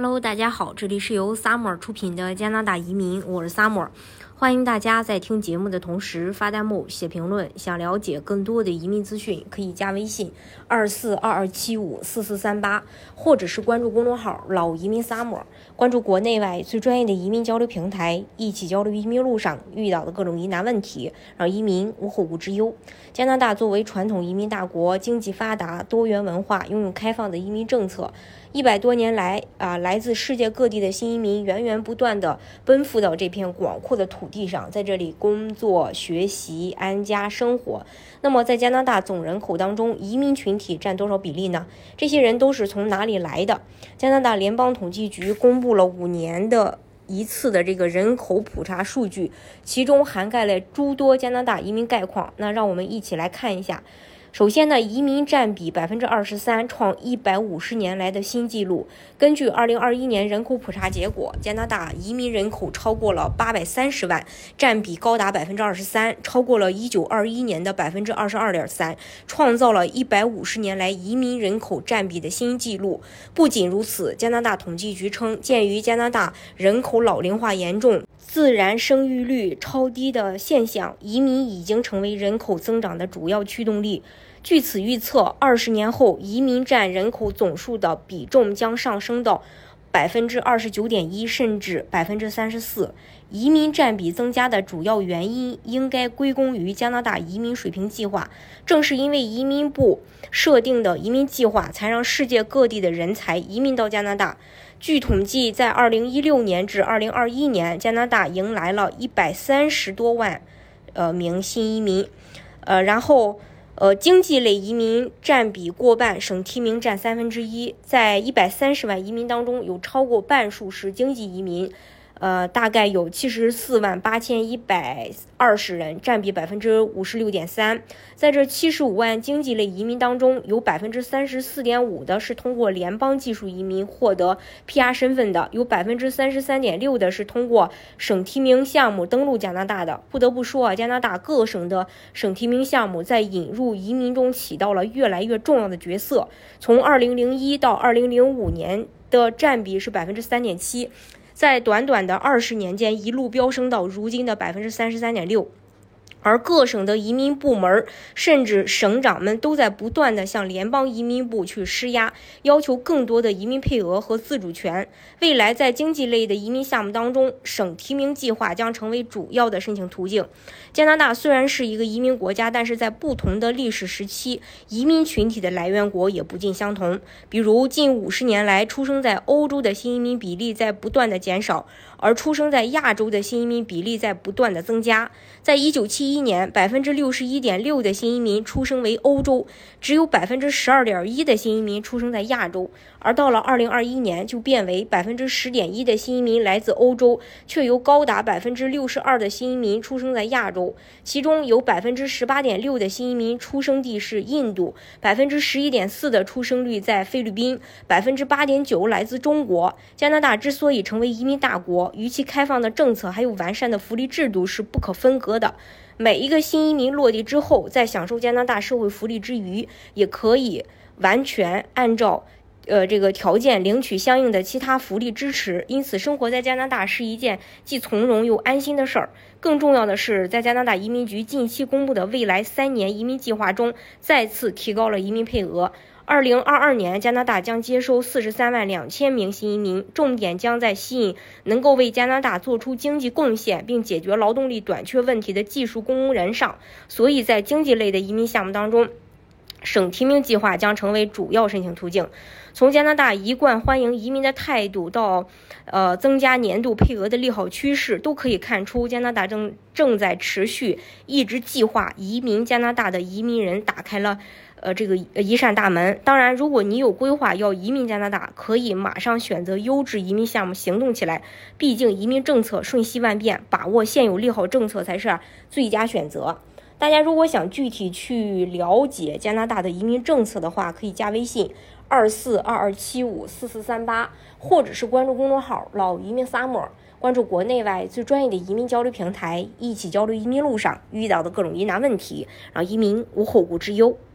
Hello， 大家好，这里是由 Summer 出品的加拿大移民，我是 Summer。欢迎大家在听节目的同时发弹幕、写评论。想了解更多的移民资讯，可以加微信2422754438，或者是关注公众号老移民 Summer， 关注国内外最专业的移民交流平台，一起交流移民路上遇到的各种疑难问题，让移民无后顾之忧。加拿大作为传统移民大国，经济发达、多元文化，拥有开放的移民政策。100多年来来自世界各地的新移民源源不断地奔赴到这片广阔的土地上，在这里工作、学习、安家生活。那么在加拿大总人口当中，移民群体占多少比例呢？这些人都是从哪里来的？加拿大联邦统计局公布了5年的一次的这个人口普查数据，其中涵盖了诸多加拿大移民概况。那让我们一起来看一下。首先呢，移民占比 23%， 创150年来的新纪录。根据2021年人口普查结果，加拿大移民人口超过了830万，占比高达 23%， 超过了1921年的 22.3%， 创造了150年来移民人口占比的新纪录。不仅如此，加拿大统计局称，鉴于加拿大人口老龄化严重，自然生育率超低的现象，移民已经成为人口增长的主要驱动力。据此预测，20年后，移民占人口总数的比重将上升到 29.1%， 甚至 34%。移民占比增加的主要原因应该归功于加拿大移民水平计划。正是因为移民部设定的移民计划，才让世界各地的人才移民到加拿大。据统计，在2016年至2021年，加拿大迎来了130多万名新移民。经济类移民占比过半，省提名占1/3。在130万移民当中，有超过半数是经济移民，大概有748120人，占比 56.3%。在这75万经济类移民当中，有 34.5% 的是通过联邦技术移民获得 PR 身份的，有 33.6% 的是通过省提名项目登陆加拿大的。不得不说加拿大各省的省提名项目在引入移民中起到了越来越重要的角色。从2001到2005年的占比是 3.7%。在短短的20年间，一路飙升到如今的 33.6%。而各省的移民部门甚至省长们都在不断地向联邦移民部去施压，要求更多的移民配额和自主权。未来在经济类的移民项目当中，省提名计划将成为主要的申请途径。加拿大虽然是一个移民国家，但是在不同的历史时期，移民群体的来源国也不尽相同。比如近50年来，出生在欧洲的新移民比例在不断的减少，而出生在亚洲的新移民比例在不断的增加。在1971年 61.6% 的新移民出生为欧洲，只有 12.1% 的新移民出生在亚洲。而到了2021年，就变为 10.1% 的新移民来自欧洲，却有高达 62% 的新移民出生在亚洲。其中有 18.6% 的新移民出生地是印度， 11.4% 的出生率在菲律宾， 8.9% 来自中国。加拿大之所以成为移民大国，与其开放的政策还有完善的福利制度是不可分割的。每一个新移民落地之后，在享受加拿大社会福利之余，也可以完全按照这个条件领取相应的其他福利支持。因此生活在加拿大是一件既从容又安心的事儿。更重要的是，在加拿大移民局近期公布的未来3年移民计划中，再次提高了移民配额。2022年，加拿大将接收43万2千名新移民，重点将在吸引能够为加拿大做出经济贡献并解决劳动力短缺问题的技术工人上。所以在经济类的移民项目当中，省提名计划将成为主要申请途径。从加拿大一贯欢迎移民的态度到增加年度配额的利好趋势，都可以看出加拿大正在持续一直计划移民加拿大的移民人打开了这个一扇大门。当然，如果你有规划要移民加拿大，可以马上选择优质移民项目行动起来。毕竟移民政策瞬息万变，把握现有利好政策才是最佳选择。大家如果想具体去了解加拿大的移民政策的话，可以加微信2422754438，或者是关注公众号老移民 Summer， 关注国内外最专业的移民交流平台，一起交流移民路上遇到的各种疑难问题，让移民无后顾之忧。